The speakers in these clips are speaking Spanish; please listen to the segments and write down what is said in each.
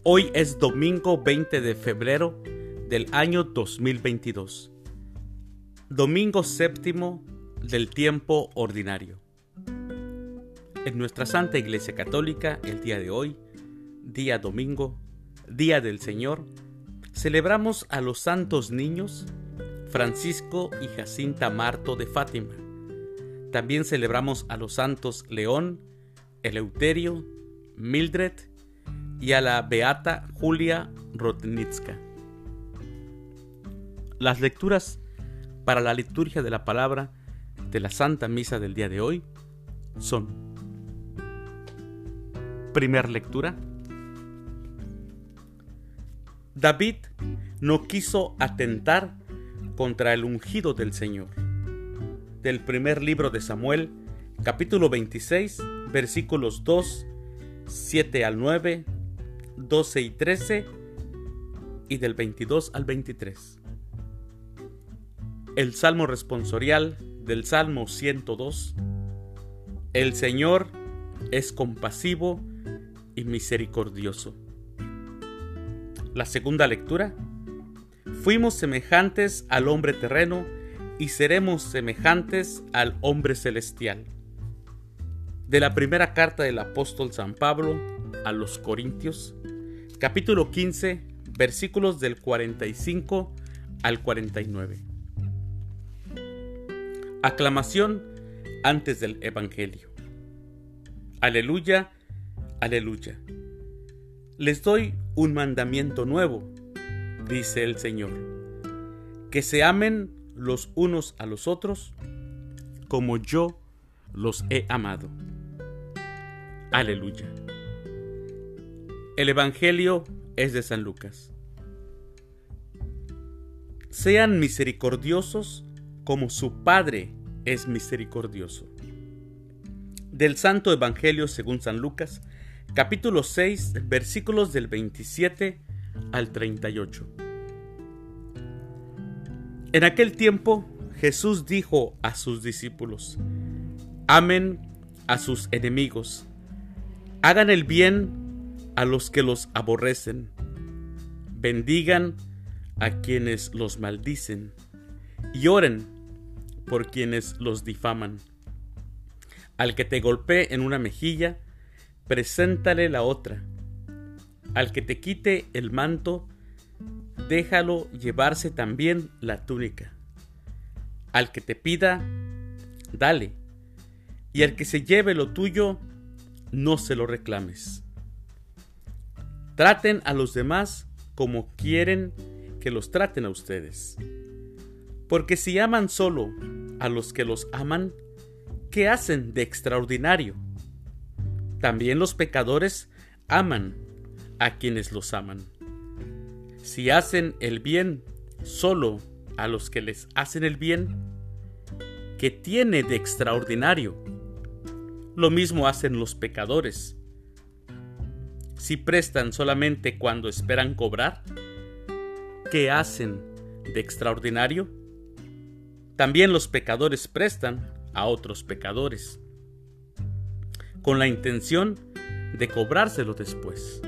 Hoy es domingo 20 de febrero del año 2022. Domingo séptimo del tiempo ordinario. En nuestra Santa Iglesia Católica, el día de hoy, día domingo, día del Señor, celebramos a los santos niños Francisco y Jacinta Marto de Fátima. También celebramos a los santos León, Eleuterio, Mildred y a la beata Julia Rotnitska. Las lecturas para la liturgia de la palabra de la Santa Misa del día de hoy son: primer lectura. David no quiso atentar contra el ungido del Señor. Del primer libro de Samuel, capítulo 26, versículos 2, 7 al 9, 12 y 13 y del 22 al 23. El Salmo responsorial del Salmo 102. El Señor es compasivo y misericordioso. La segunda lectura. Fuimos semejantes al hombre terreno y seremos semejantes al hombre celestial. De la primera carta del apóstol San Pablo a los Corintios, capítulo 15, versículos del 45 al 49. Aclamación antes del Evangelio. Aleluya, aleluya. Les doy un mandamiento nuevo, dice el Señor, que se amen los unos a los otros como yo los he amado. Aleluya. El Evangelio es de San Lucas. Sean misericordiosos como su Padre es misericordioso. Del Santo Evangelio según San Lucas, capítulo 6, versículos del 27 al 38. En aquel tiempo, Jesús dijo a sus discípulos: amen a sus enemigos, hagan el bien a los que los aborrecen, bendigan a quienes los maldicen y oren por quienes los difaman. Al que te golpee en una mejilla, preséntale la otra. Al que te quite el manto, déjalo llevarse también la túnica. Al que te pida, dale, y al que se lleve lo tuyo, no se lo reclames. Traten a los demás como quieren que los traten a ustedes. Porque si aman solo a los que los aman, ¿qué hacen de extraordinario? También los pecadores aman a quienes los aman. Si hacen el bien solo a los que les hacen el bien, ¿qué tiene de extraordinario? Lo mismo hacen los pecadores. Si prestan solamente cuando esperan cobrar, ¿qué hacen de extraordinario? También los pecadores prestan a otros pecadores, con la intención de cobrárselo después.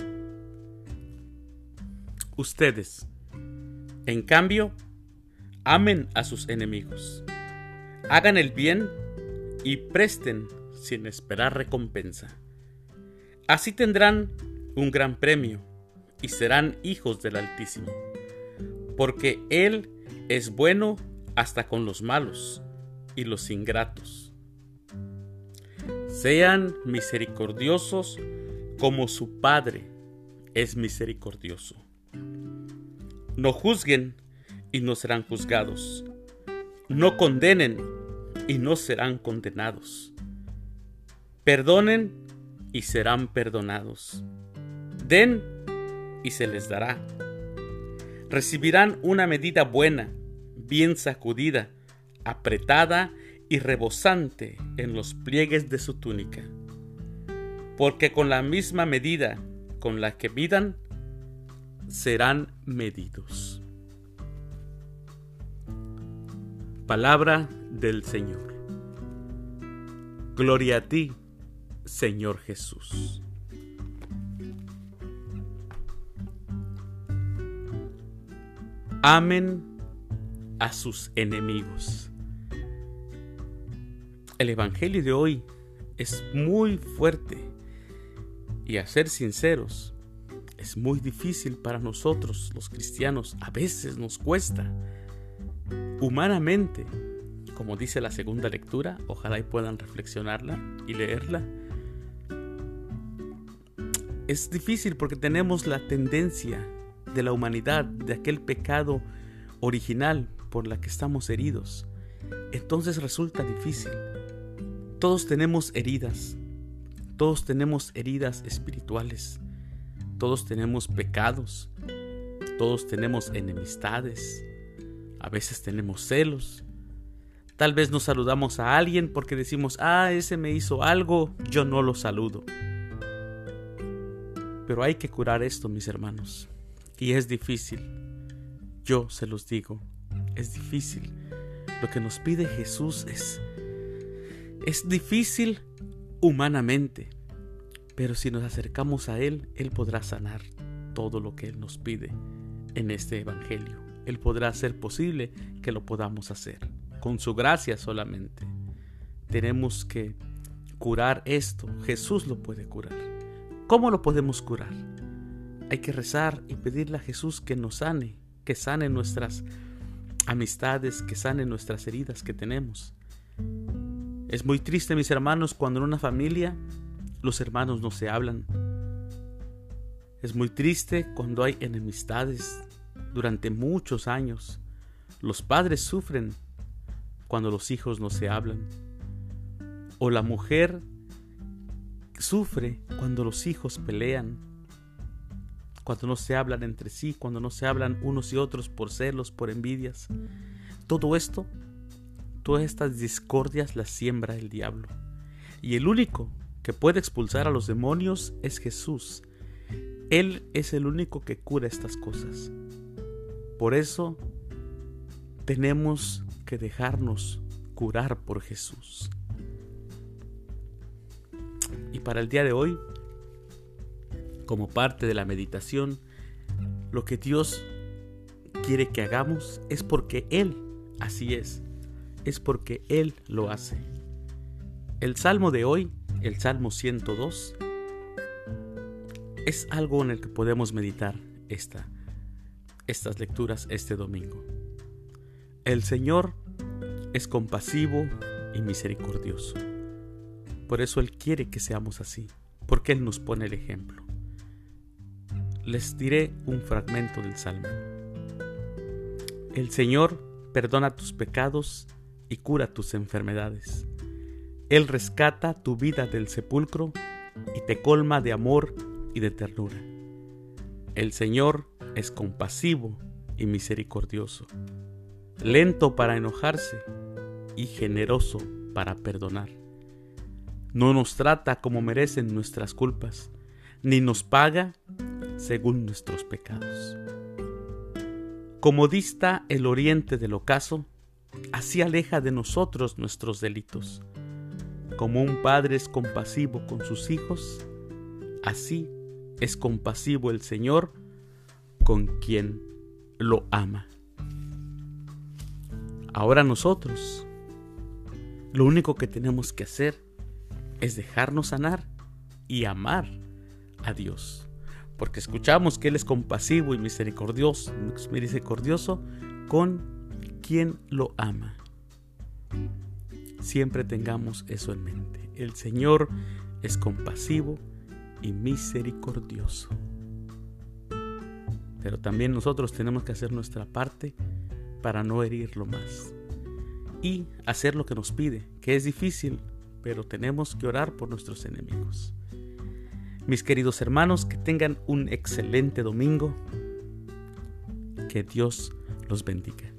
Ustedes, en cambio, amen a sus enemigos, hagan el bien y presten sin esperar recompensa. Así tendrán un gran premio y serán hijos del Altísimo, porque Él es bueno hasta con los malos y los ingratos. Sean misericordiosos como su Padre es misericordioso. No juzguen y no serán juzgados. No condenen y no serán condenados. Perdonen y serán perdonados. Den y se les dará. Recibirán una medida buena, bien sacudida, apretada y rebosante en los pliegues de su túnica. Porque con la misma medida con la que midan, serán medidos. Palabra del Señor. Gloria a ti, Señor Jesús. Amen a sus enemigos. El evangelio de hoy es muy fuerte y, a ser sinceros, es muy difícil para nosotros los cristianos. A veces nos cuesta humanamente, como dice la segunda lectura. Ojalá y puedan reflexionarla y leerla. Es difícil porque tenemos la tendencia de la humanidad, de aquel pecado original por la que estamos heridos. Entonces resulta difícil. Todos tenemos heridas espirituales, todos tenemos pecados, todos tenemos enemistades, a veces tenemos celos. Tal vez nos saludamos a alguien porque decimos, ese me hizo algo, yo no lo saludo. Pero hay que curar esto, mis hermanos, y es difícil. Yo se los digo, es difícil. Lo que nos pide Jesús es difícil humanamente, pero si nos acercamos a Él, Él podrá sanar todo lo que Él nos pide en este evangelio. Él podrá hacer posible que lo podamos hacer, con su gracia solamente. Tenemos que curar esto. Jesús lo puede curar. ¿Cómo lo podemos curar? Hay que rezar y pedirle a Jesús que nos sane, que sane nuestras amistades, que sane nuestras heridas que tenemos. Es muy triste, mis hermanos, cuando en una familia los hermanos no se hablan. Es muy triste cuando hay enemistades durante muchos años. Los padres sufren cuando los hijos no se hablan. O la mujer sufre cuando los hijos pelean, cuando no se hablan entre sí, cuando no se hablan unos y otros por celos, por envidias. Todo esto, todas estas discordias las siembra el diablo. Y el único que puede expulsar a los demonios es Jesús. Él es el único que cura estas cosas. Por eso tenemos que dejarnos curar por Jesús. Y para el día de hoy, como parte de la meditación, lo que Dios quiere que hagamos es porque Él así es porque Él lo hace. El salmo de hoy, el Salmo 102, es algo en el que podemos meditar estas lecturas este domingo. El Señor es compasivo y misericordioso. Por eso Él quiere que seamos así, porque Él nos pone el ejemplo. Les diré un fragmento del Salmo. El Señor perdona tus pecados y cura tus enfermedades. Él rescata tu vida del sepulcro y te colma de amor y de ternura. El Señor es compasivo y misericordioso, lento para enojarse y generoso para perdonar. No nos trata como merecen nuestras culpas, ni nos paga según nuestros pecados. Como dista el oriente del ocaso, así aleja de nosotros nuestros delitos. Como un padre es compasivo con sus hijos, así es compasivo el Señor con quien lo ama. Ahora nosotros, lo único que tenemos que hacer es dejarnos sanar y amar a Dios, porque escuchamos que Él es compasivo y misericordioso con quien lo ama. Siempre tengamos eso en mente. El Señor es compasivo y misericordioso. Pero también nosotros tenemos que hacer nuestra parte para no herirlo más y hacer lo que nos pide, que es difícil, pero tenemos que orar por nuestros enemigos. Mis queridos hermanos, que tengan un excelente domingo. Que Dios los bendiga.